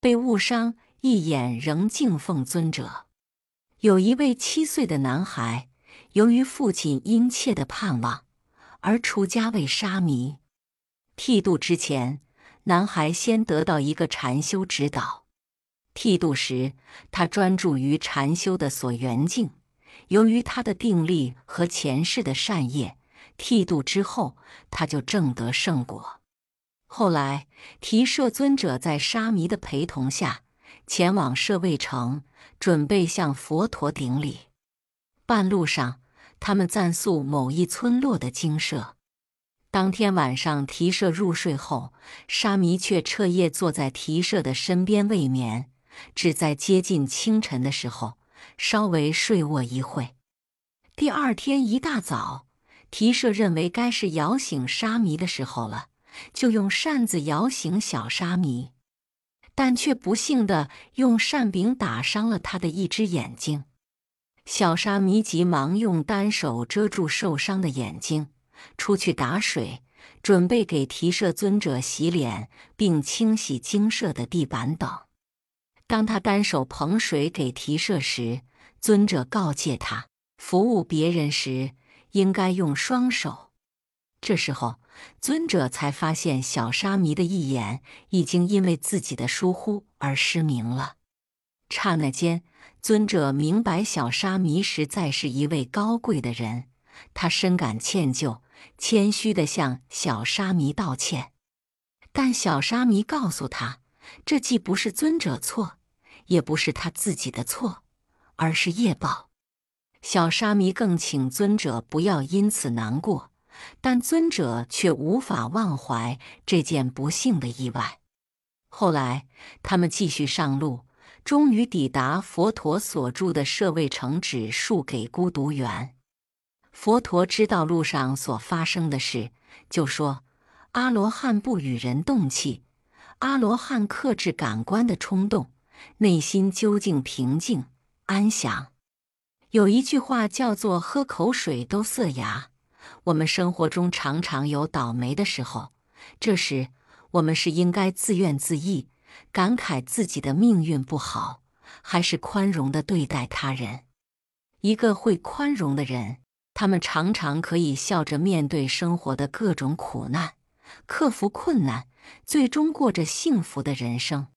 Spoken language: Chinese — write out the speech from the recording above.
被误伤，一眼仍敬奉尊者。有一位7岁的男孩，由于父亲殷切的盼望，而出家为沙弥。剃度之前，男孩先得到一个禅修指导。剃度时，他专注于禅修的所缘境。由于他的定力和前世的善业，剃度之后，他就证得圣果。后来，提舍尊者在沙弥的陪同下，前往舍卫城，准备向佛陀顶礼。半路上，他们暂宿某一村落的精舍。当天晚上，提舍入睡后，沙弥却彻夜坐在提舍的身边未眠，只在接近清晨的时候，稍微睡卧一会。第二天一大早，提舍认为该是摇醒沙弥的时候了，就用扇子摇醒小沙弥，但却不幸地用扇柄打伤了他的一只眼睛。小沙弥急忙用单手遮住受伤的眼睛，出去打水，准备给提舍尊者洗脸，并清洗精舍的地板等。当他单手捧水给提舍时，尊者告诫他，服务别人时应该用双手。这时候，尊者才发现小沙弥的一眼已经因为自己的疏忽而失明了。刹那间，尊者明白小沙弥实在是一位高贵的人，他深感歉疚，谦虚地向小沙弥道歉。但小沙弥告诉他，这既不是尊者错，也不是他自己的错，而是业报。小沙弥更请尊者不要因此难过，但尊者却无法忘怀这件不幸的意外。后来，他们继续上路，终于抵达佛陀所住的舍卫城，指述给孤独园。佛陀知道路上所发生的事，就说：阿罗汉不与人动气，阿罗汉克制感官的冲动，内心究竟平静安详。有一句话叫做喝口水都塞牙。我们生活中常常有倒霉的时候，这时我们是应该自怨自艾，感慨自己的命运不好，还是宽容地对待他人？一个会宽容的人，他们常常可以笑着面对生活的各种苦难，克服困难，最终过着幸福的人生。